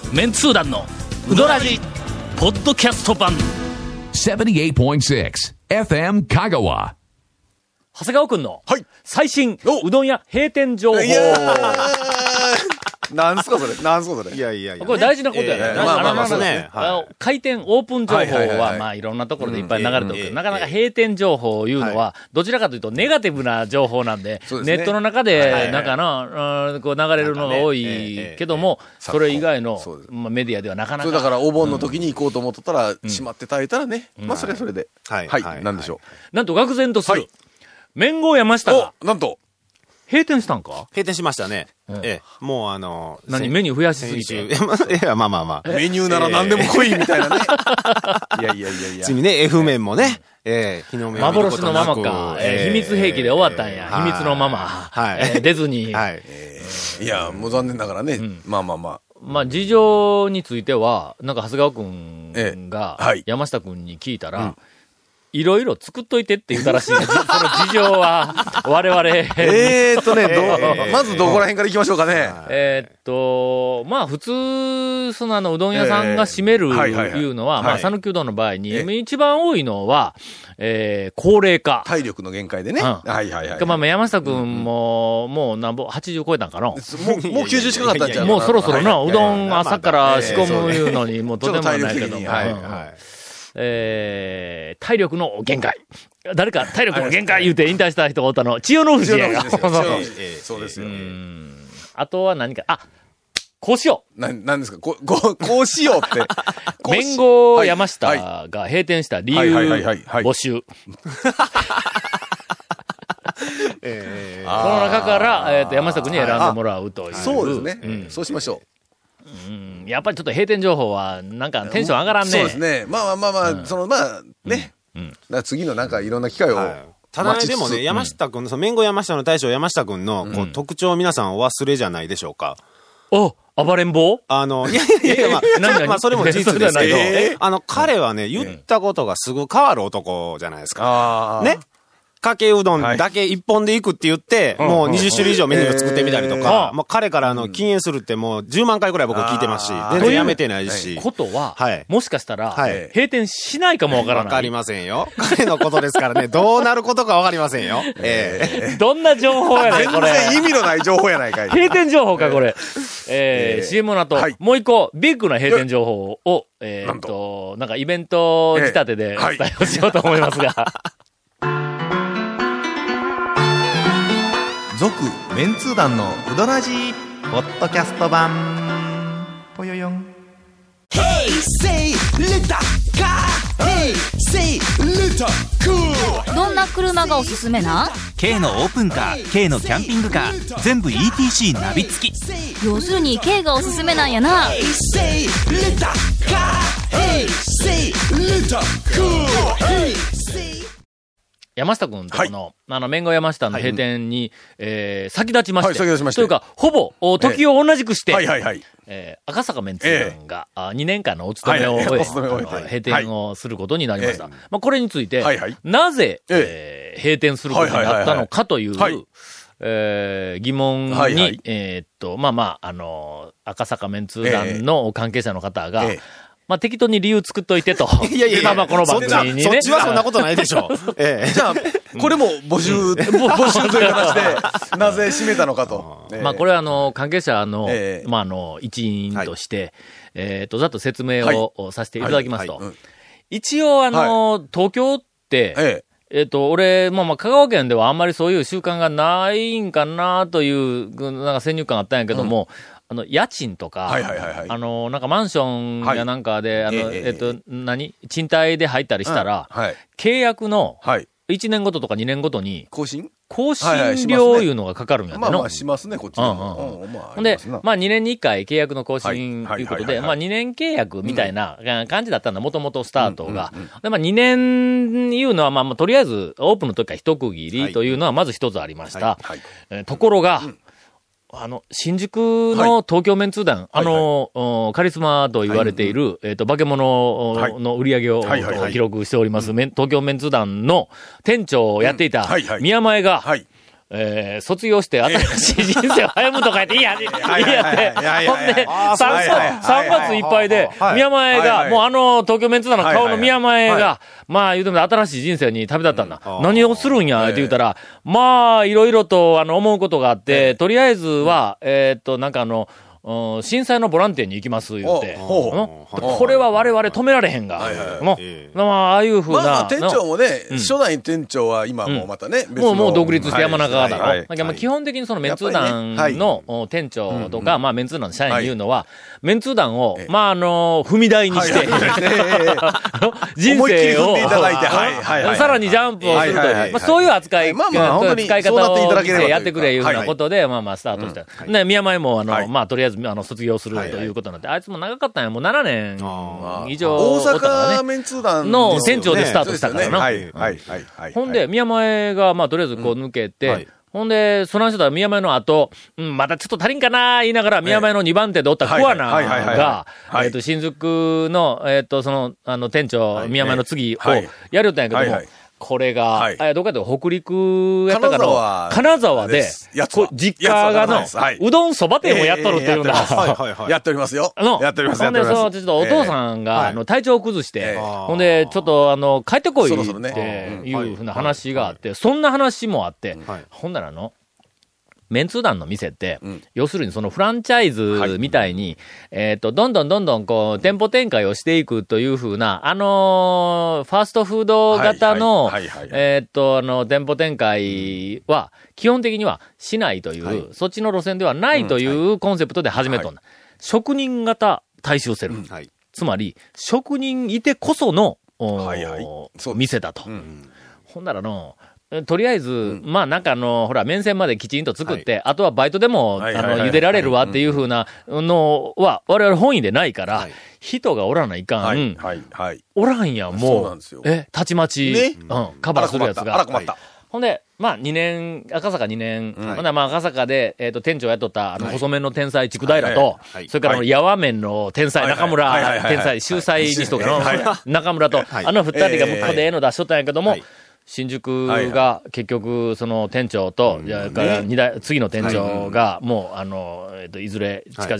メンツー団のウドラジポッドキャスト版 78.6 FM 香川。 長谷川くんのはい最新うどん屋閉店情報。 なんすかそれなんすかそれ。 いやいやいや。 これ大事なことやね。 まあね。 開店オープン情報は、 はいまあいろんなところでいっぱい流れてるけど、なかなか閉店情報をいうのは、どちらかというとネガティブな情報なんで、ネットの中で、なんかな、こう流れるのが多いけども、それ以外のメディアではなかなか。 そうだからお盆の時に行こうと思っとったら、閉まって耐えたらね。まあそれはそれで。はい。なんでしょう。なんと愕然とする。麺号山下が。 なんと。 閉店したんか？ 閉店しましたね。もう何メニュー増やしすぎて。 いや、まあ。 メニューなら何でも来いみたいなね。いや。 ついにね、F 麺もね、日の目を見ることなく幻のママか。秘密兵器で終わったんや。秘密のママ。 はい。 出ずに。 はい。 いや、もう残念ながらね。まあ。 まあ、事情については、なんか長谷川くんが、山下くんに聞いたら、いろいろ作っといてって言ったらしい。その事情は、我々。 まずどこら辺から行きましょうかね。 まあ普通、うどん屋さんが閉めるいうのは、まあ、讃岐うどんの場合に、一番多いのは、高齢化。 体力の限界でね。はい。 まあ、山下くんも、もう80超えたんかな。もう 90近かったんちゃうかな。 もうそろそろな、うどん朝から仕込むいうのに、もうとてもないけど。体力の限界。誰か体力の限界言うて引退した人がおったの、千代の富士やが。 そうですよ。 あとは何か、こうしよう。 何ですかこうしようって。 麺号山下が閉店した理由募集。この中から、山下君に選んでもらうという。 そうですね。そうしましょう。 やっぱりちょっと閉店情報は、なんかテンション上がらんね。 そうですね。まあ、ね。次のなんかいろんな機会を。 ただね、でもね、山下くんの、麺号山下の大将山下くんの特徴皆さんお忘れじゃないでしょうか。 暴れん坊？ いや、まあ、それも事実ですけど、彼はね、言ったことがすぐ変わる男じゃないですか。ね。かけうどんだけ一本でいくって言って、もう20種類以上メニューを作ってみたりとか、もう彼から禁煙するってもう10万回くらい僕聞いてますし、全然やめてないし。 ことは、もしかしたら、閉店しないかもわからない。 わかりませんよ。彼のことですからね、どうなることかわかりませんよ。 どんな情報やねん、これ。 全然意味のない情報やないかい。 閉店情報か、これ。CM の後、もう一個、ビッグな閉店情報を、なんかイベント仕立てでお伝えをしようと思いますが。 続メンツー団のウドラジーポッドキャスト版ぽよよん。 Hey, say, let car. Hey, say, let cool. どんな車がおすすめな？ K のオープンカー、K のキャンピングカー、全部 ETC ナビ付き。 要するに K がおすすめなんやな。 Hey, say, let car. Hey, say, let cool. Hey, say. 山下君とこの、麺号山下の閉店に、先立ちまして。 先立ちまして。 というか、ほぼ、時を同じくして、 はい。 赤坂メンツー団が、2年間のお勤めを終え、閉店をするになりました。まあ、これについて、なぜ、閉店することになったのかという、疑問に、赤坂メンツー団の関係者の方が、まあ、適当に理由作っといてと。 いや、 まあ、この番組にね。 そっちはそんなことないでしょ。 じゃあ、これも募集という形で、なぜ閉めたのかと。 まあ、これは関係者の、一員として、ざっと説明をさせていただきますと。一応、東京って、俺、香川県ではあんまりそういう習慣がないんかなという、なんか先入観あったんやけども、家賃とか、なんかマンションやなんかで、賃貸で入ったりしたら、契約の1年ごととか2年ごとに、更新料いうのがかかるんやっての。 しますね、こっちほんで、2年に1回契約の更新ということで、2年契約みたいな感じだったんだ、もともとスタートが。で、2年いうのは、とりあえずオープンの時から一区切りというのはまず一つありました。ところが、新宿の東京メンツー団、カリスマと言われている、化け物の売り上げを記録しております、東京メンツー団の店長をやっていた宮前が、 卒業して新しい人生を歩むとか言っていいやって。ほんで、3月いっぱいで、宮前が、もう東京メンツ団の顔の宮前が、まあ言うても新しい人生に旅立ったんだ。何をするんやって言ったら、まあいろいろと思うことがあって、とりあえずは、なんか震災のボランティアに行きます、言って。これは我々止められへんが。まあ、ああいうふうな。 まあ、店長もね、初代店長は今もうまたね、 もう独立して山中だろ。基本的にそのメンツー団の店長とか、まあ、メンツー団の社員に言うのは、メンツー団を、まあ、踏み台にして、人生を、さらにジャンプをするという、そういう扱い方をやってくれいうふうなことで、まあまあ、スタートした。で、宮前も、まあ、とりあえず、卒業するということになって、あいつも長かったんや、もう7年以上。 大阪メンツー団の店長でスタートしたからな。ほんで、宮前が、まあ、とりあえずこう抜けて、ほんで、その人は宮前の後、またちょっと足りんかな言いながら、宮前の2番手でおった桑名が、新宿の、その、店長、宮前の次をやるよったんやけども、これが、どっかで北陸やったから、金沢で、実家がうどんそば店をやっとるっていうんだ。 やっておりますよ。 やっております。ほんで、ちょっとお父さんが、体調を崩して、ほんで、ちょっと、帰ってこいっていうふうな話があって、そんな話もあって、ほんならメンツー団の店って、要するにそのフランチャイズみたいに、どんどんこう、店舗展開をしていくというふうな、ファーストフード型の、店舗展開は、基本的にはしないという、そっちの路線ではないというコンセプトで始めとんだ。職人型大衆セルフ。つまり、職人いてこその、店だと。ほんならとりあえず、まあなんかほら、面線まできちんと作って、あとはバイトでも、茹でられるわっていう風なのは、我々本意でないから、人がおらないかん。おらんやん、もう。たちまち、カバーするやつが。ほんで、まあ赤坂2年、ほんでまあ赤坂で、店長やっとった、細麺の天才筑平と、それからやわ麺の天才中村、天才、秀才にしとかの中村と、二人が向こうでの出しとったんやけども、新宿が結局その店長と、次の店長がもういずれ近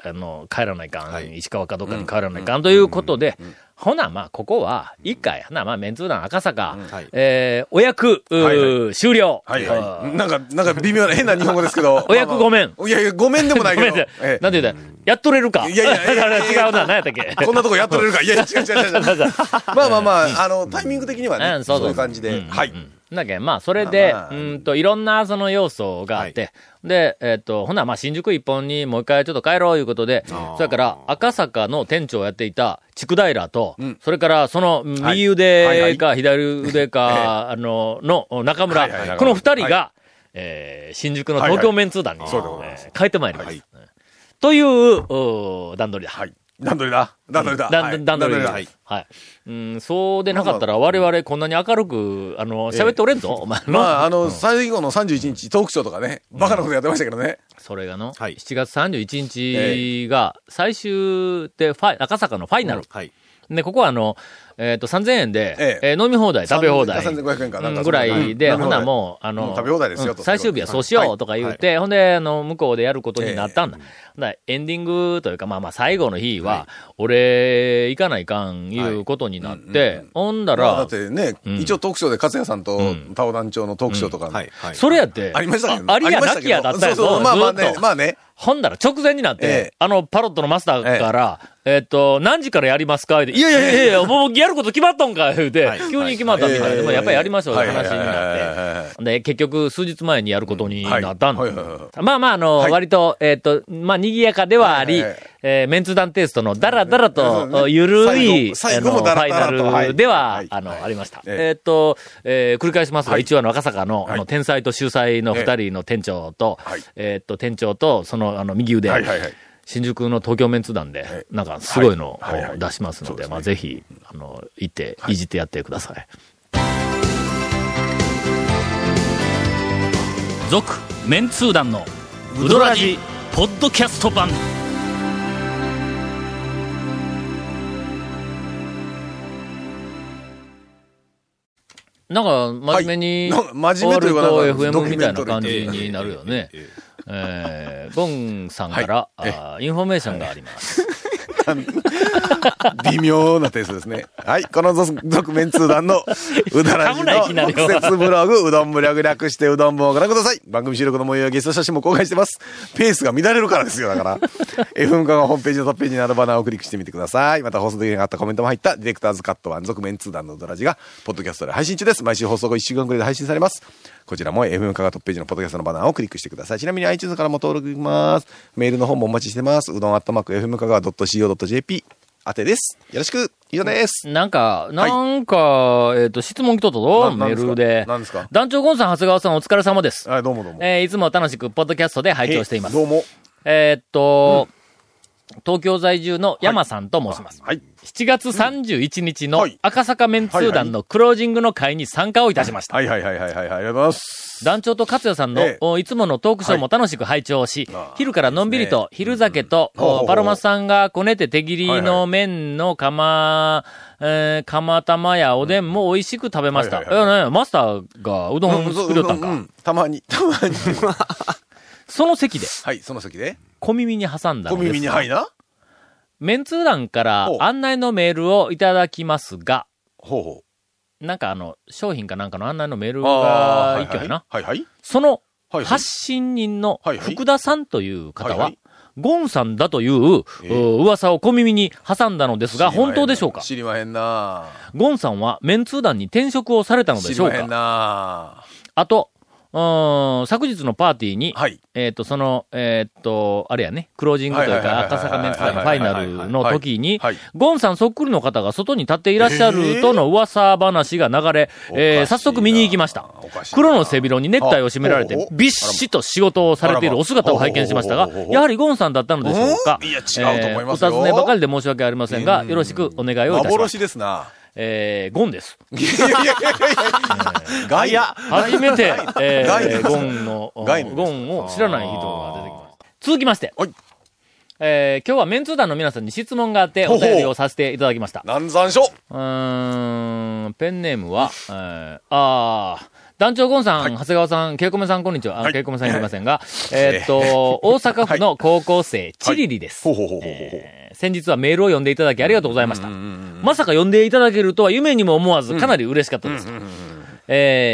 々帰らないかん、石川かどっかに帰らないかんということで、ほなまあここは一回まあメンツー団赤坂、お役終了。 なんか微妙な変な日本語ですけど。 お役ごめん。 いやごめんでもないけど。 なんて言うたらやっとれるか。いや違うな、何やったっけ。 こんなとこやっとれるか。いや違う。まあタイミング的にはね、そういう感じで。はい。 だけど、まあ、それで、いろんなその要素があって、で、ほな、まあ、新宿一本にもう一回ちょっと帰ろういうことで、それから、赤坂の店長をやっていた筑平と、それから、その、右腕か左腕か、の中村、この二人が、新宿の東京メンツー団に、帰ってまいります。という、段取りだ。 段取りだ。 はい。そうでなかったら我々こんなに明るく、喋っておれんぞ、お前の。 まあ、最後の31日トークショーとかね、バカなことやってましたけどね。 それが7月31日が最終で赤坂のファイナル。で、ここは3000円で、飲み放題、食べ放題。 3500円かなんか。 ぐらいで、ほんならもう、 食べ放題ですよと。 最終日はそうしようとか言うて、ほんで、向こうでやることになったんだ。エンディングというか、まあ最後の日は、俺、行かないかん、いうことになって、ほんだら。 だってね、一応トークショーで勝也さんとタオ団長のトークショーとか。 それやって、 ありましたけど。 ありやなきやだったよ。 そう、まあね。 ほんだら直前になって、パロットのマスターから、何時からやりますかって、いや、もうやること決まっとんか言うて、急に決まったみたいで、やっぱりやりましょういう話になって、で、結局数日前にやることになったんだ。まあ、割と、まあ、賑やかではあり、メンツ団テイストのダラダラと、ゆるい、ファイナルでは、ありました。繰り返しますが、一応赤坂の、天才と秀才の二人の店長と、店長と、その、右腕、新宿の東京メンツ団で、なんかすごいのを出しますので、まあぜひ、行って、いじってやってください。続、メンツー団のウドラジポッドキャスト版。 なんか、真面目に、 真面目というか、 終わると FM みたいな感じになるよね。ゴンさんから、インフォメーションがあります。 微妙なテイストですね。はい。この続面通談のうだらじの特設ブログ、うどんブログ略してうどん部をご覧ください。番組収録の模様やゲスト写真も公開してます。ペースが乱れるからですよ、だから。FM カがホームページのトップページにあるバナーをクリックしてみてください。また放送できなかったコメントも入ったディレクターズカット版続面通談のうだらじが、ポッドキャストで配信中です。毎週放送後1週間くらいで配信されます。こちらも FM カがトップページのポッドキャストのバナーをクリックしてください。ちなみに iTunes からも登録できます。メールの方もお待ちしてます。うどん@FM カが .co.jp 宛てです。よろしく。以上です。 なんか、質問来とったぞ、メールで。 何ですか？ 団長ゴンさん、長谷川さんお疲れ様です。 はい、どうもどうも。 いつも楽しくポッドキャストで拝聴しています。 どうも。 東京在住の山さんと申します。 はい。 7月31日の赤坂メンツー団のクロージングの会に参加をいたしました。 はい、ありがとうございます。 団長と勝也さんの、いつものトークショーも楽しく拝聴し、昼からのんびりと昼酒と、パロマさんがこねて手切りの麺の釜玉やおでんも美味しく食べました。マスターがうどん作りよったんか。 たまに。 その席で。 はい、その席で。 小耳に挟んだのです。 小耳に、はいな。 メンツー団から案内のメールをいただきますが、なんか商品かなんかの案内のメールが一挙やな。その発信人の福田さんという方は、ゴンさんだという噂を小耳に挟んだのですが、本当でしょうか？ 知りまへんな。 ゴンさんはメンツー団に転職をされたのでしょうか？ 知りまへんな。 あと、昨日のパーティーに、あれやね、クロージングというか、赤坂メンツ団のファイナルの時に、ゴンさんそっくりの方が外に立っていらっしゃるとの噂話が流れ、早速見に行きました。黒の背広にネクタイを締められて、びっしと仕事をされているお姿を拝見しましたが、やはりゴンさんだったのでしょうか？ いや、違うと思いますよ。 お尋ねばかりで申し訳ありませんが、よろしくお願いをいたします。 幻ですな。 ゴンです。 初めて、ゴンを知らない人が出てきました。続きまして、今日はメンツー団の皆さんに質問があってお便りをさせていただきました。 南山書。 ペンネームは、団長ゴンさん、長谷川さん、ケイコメさん、こんにちは。ケイコメさんいりませんが、大阪府の高校生、チリリです。先日はメールを読んでいただきありがとうございました。まさか読んでいただけるとは夢にも思わず、かなり嬉しかったです。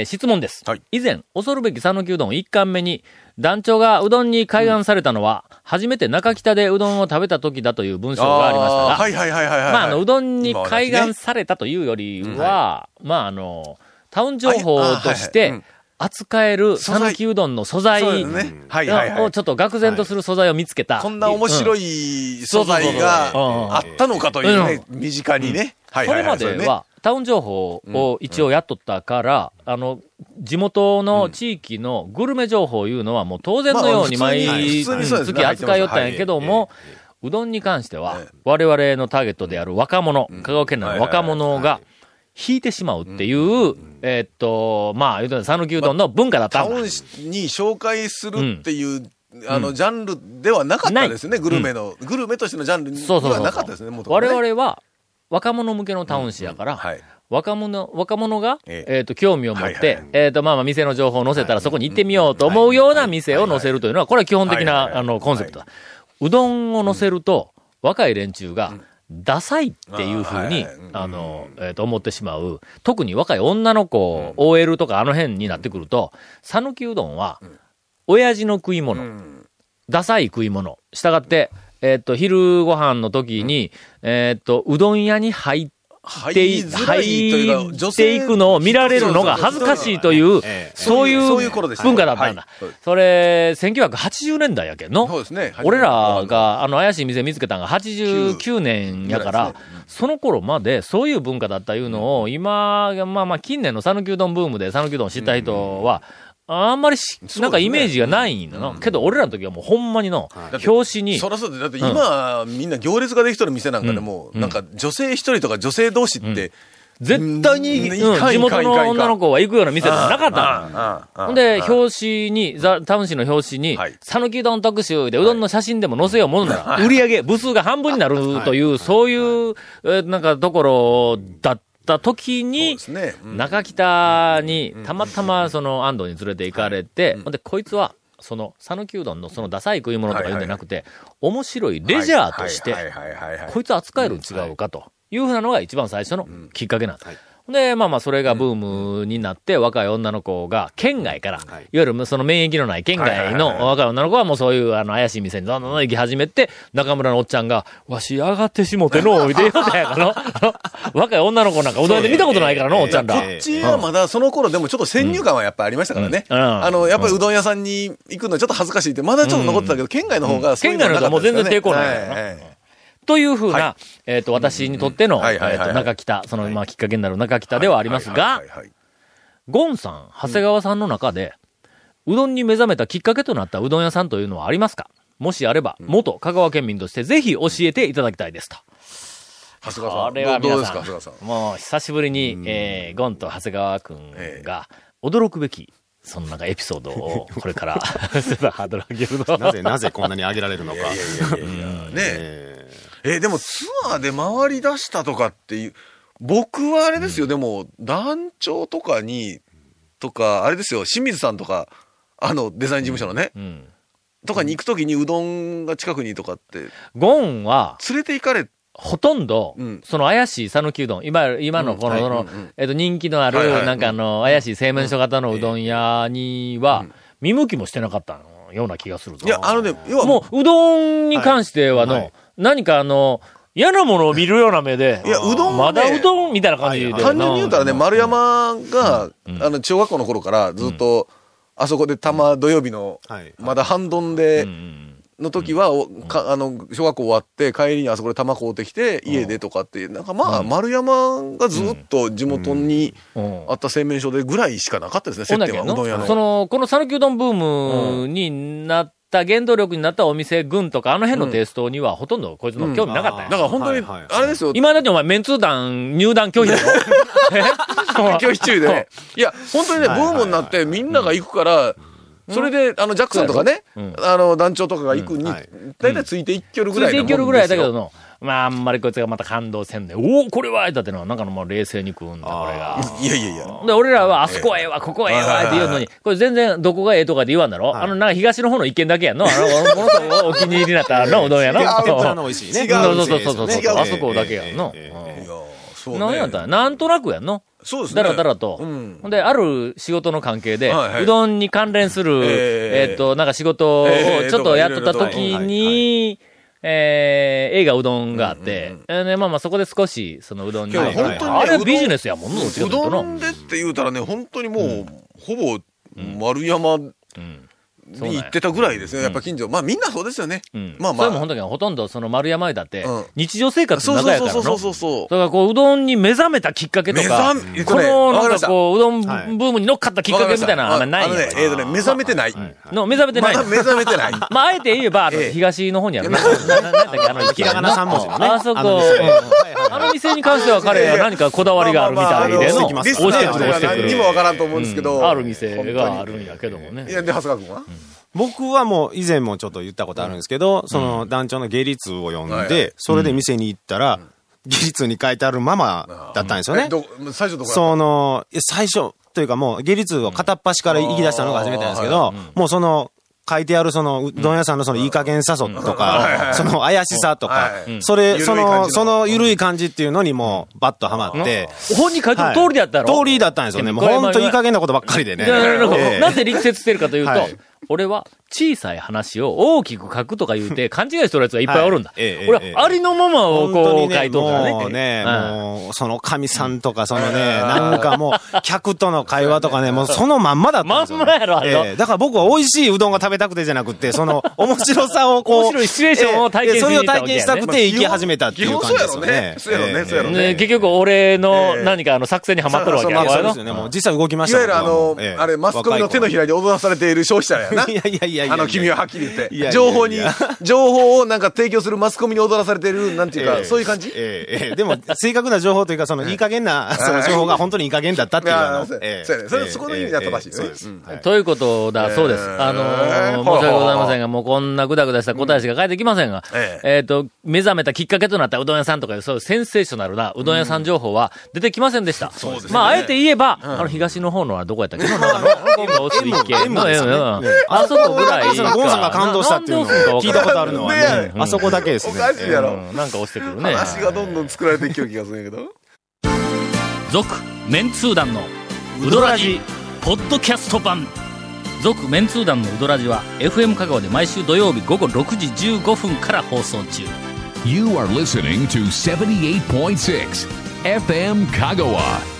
質問です。以前、恐るべき讃岐うどん1貫目に、団長がうどんに開眼されたのは、初めて中北でうどんを食べた時だという文章がありましたが、うどんに開眼されたというよりは、タウン情報として扱える讃岐うどんの素材をちょっと愕然とする素材を見つけた。 こんな面白い素材があったのかというね、身近にね。 それまではタウン情報を一応やっとったから、地元の地域のグルメ情報いうのはもう当然のように毎月扱いよったんやけども、うどんに関しては我々のターゲットである若者、香川県内の若者が、引いてしまうっていう、讃岐うどんの文化だったんだ。 タウンに紹介するっていう、ジャンルではなかったですね、グルメとしてのジャンルではなかったですね、 我々は若者向けのタウン誌やから、若者が、興味を持って、店の情報を載せたらそこに行ってみようと思うような店を載せるというのは、これは基本的な、コンセプトだ。うどんを載せると、若い連中が、ダサいっていうふうに、思ってしまう。特に若い女の子、OL とかあの辺になってくると、讃岐うどんは、親父の食い物、ダサい食い物。したがって、昼ご飯の時に、うどん屋に入っていくのを見られるのが恥ずかしいという、そういう文化だったんだ。それ、1980年代やけんの。俺らが、怪しい店見つけたのが89年やから、その頃までそういう文化だったいうのを、今、近年の讃岐うどんブームで讃岐うどん知った人は、あんまりなんかイメージがないんだな。けど俺らの時はもうほんまにの、表紙に。 そらそうで、だって今、みんな行列ができとる店なんかでも、なんか女性一人とか女性同士って、 絶対に、地元の女の子は行くような店ってなかった。ほんで、表紙に、タウン誌の表紙に、讃岐うどん特集でうどんの写真でも載せようものなら、売り上げ、部数が半分になるという、そういう、なんかところだったた時に、中北にたまたまその安藤に連れて行かれて、で、こいつは、その、讃岐うどんのそのダサい食い物とか言うんじゃなくて、面白いレジャーとして、こいつ扱えるに違うかというふうなのが一番最初のきっかけなんです。で、まあまあ、それがブームになって、若い女の子が、県外から、いわゆるその免疫のない県外の若い女の子はもうそういう怪しい店にどんどん行き始めて、中村のおっちゃんが、わし上がってしもての、みたいなやからの、若い女の子なんかうどんで見たことないからの、おっちゃんら。 こっちはまだその頃でもちょっと先入観はやっぱありましたからね。やっぱりうどん屋さんに行くのはちょっと恥ずかしいって、まだちょっと残ってたけど、県外の方がそういうのなかったですよね。県外の方がもう全然抵抗ないからな。 というふうな、私にとっての、中北、その、まあ、きっかけになる中北ではありますが、ゴンさん、長谷川さんの中で、うどんに目覚めたきっかけとなったうどん屋さんというのはありますか？もしあれば、元香川県民としてぜひ教えていただきたいですと。 長谷川さん。 これは皆さん、もう久しぶりに、ゴンと長谷川くんが驚くべき、そのなんかエピソードを、これから、ハードル上げるの。 なぜこんなに上げられるのか。 でもツアーで回り出したとかっていう、僕はあれですよ、でも、団長とかに、あれですよ、清水さんとか、デザイン事務所のね、とかに行くときにうどんが近くにとかって。 ゴンは、 連れて行かれほとんど、その怪しい讃岐うどん、今のこの、人気のある、なんか怪しい製麺所型のうどん屋には、見向きもしてなかったような気がするぞ。 いや、 要はもう、うどんに関しては何か嫌なものを見るような目で、 いや、うどんまだうどんみたいな感じで。 単純に言うたらね、丸山が、小学校の頃からずっと、あそこで土曜日の、まだ半ドンで、の時は、小学校終わって帰りにあそこで玉買うてきて、家でとかって、なんかまあ、丸山がずっと地元にあった製麺所でぐらいしかなかったですね、接点はうどん屋の。 この讃岐うどんブームになった原動力になったお店群とか、あの辺のテイストにはほとんどこいつの興味なかったんや。 だから本当に、あれですよ。 今だってお前、メンツー団入団拒否だろ拒否中で。いや、本当にね、ブームになってみんなが行くから、それで、ジャックさんとかね、団長とかが行くに、だいたいついて一キロぐらい。 ついて一キロぐらいだけどの、まあ、あんまりこいつがまた感動せんで、おお、これはだっての、なんかのもう冷静に食うんだ、これが。 いやいやいや。 で、俺らは、あそこはええわ、ここはええわ、って言うのに、これ全然どこがええとかで言わんだろ？なんか東の方の一軒だけやんの？この人お気に入りになったのうどんやの？ 美味しいね。 そう、あそこだけやんの。なんやったんや、なんとなくやんの？ そうですね。 だらだらと。ほんで、ある仕事の関係で、うどんに関連する、なんか仕事をちょっとやっとった時に、映画うどんがあって、まあまあそこで少し、そのうどんに。 本当にあれビジネスやもんの、 うどんでって言うたらね、本当にもう、ほぼ、丸山、に行ってたぐらいですね、やっぱ近所。まあみんなそうですよね。まあまあ。 それも本当にほとんどその丸山だって、日常生活の中やからの。 そう。 だからこう、うどんに目覚めたきっかけとか、このなんかこう、うどんブームに乗っかったきっかけみたいなのはないんや。 目覚めてない。 目覚めてない。 まだ目覚めてない。 まああえて言えば、東の方にある。なんだっけ、 ひらがな3文字のね。 あそこ、あの店に関しては彼は何かこだわりがあるみたいでの、押してくる。 何にもわからんと思うんですけど。 ある店があるんやけどもね。 いや、で、長谷川君は僕はもう以前もちょっと言ったことあるんですけど、その団長の下痢通を読んで、それで店に行ったら、下痢通に書いてあるままだったんですよね。 最初どこ最初というかもう下痢通を片っ端から行き出したのが初めてなんですけど、もうその、書いてあるそのうどん屋さんのそのいい加減さとか、その怪しさとか、その緩い感じっていうのにもうバッとハマって。 本に書いてる通りだったろ？ 通りだったんですよね。もうほんといい加減なことばっかりでね。 なぜ力説してるかというと、俺は小さい話を大きく書くとか言うて勘違いしてるやつがいっぱいおるんだ。俺はありのままをこう書いとるからね。 もうその神さんとかそのね、なんかもう客との会話とかね、もうそのまんまだったんですよ。 まんまやろ、あれ。 だから僕は美味しいうどんが食べたくてじゃなくて、その面白さをこう。 面白いシチュエーションを体験してそれを体験したくて行き始めたっていう感じですよね。 そうやろね。 結局俺の何か作戦にはまっとるわけやろ。そうですよね。もう実際動きました。 いわゆるあれ、マスコミの手のひらに踊らされている消費者やな。 いや。 君ははっきり言って。情報をなんか提供するマスコミに踊らされてる、なんていうか、そういう感じ？ でも、正確な情報というか、いい加減な、その情報が本当にいい加減だったっていうそこの意味では正しい。そうです。 ということだそうです。申し訳ございませんが、もうこんなぐだぐだした答えしか返ってきませんが、目覚めたきっかけとなったうどん屋さんとかいう、そういうセンセーショナルなうどん屋さん情報は出てきませんでした。まあ、あえて言えば、東の方のはどこやったっけ？大杉家の、あそこぐらい。 ゴンさんが感動したっていうのを聞いたことあるのはね、あそこだけですね。 おかしいやろ。 なんか押してくるね。 話がどんどん作られていく気がするんやけど。 続、メンツー団のうどらじポッドキャスト版。続メンツー団のうどらじは FM 香川で毎週土曜日午後6時15分から放送中。 You are listening to 78.6 FM 香川。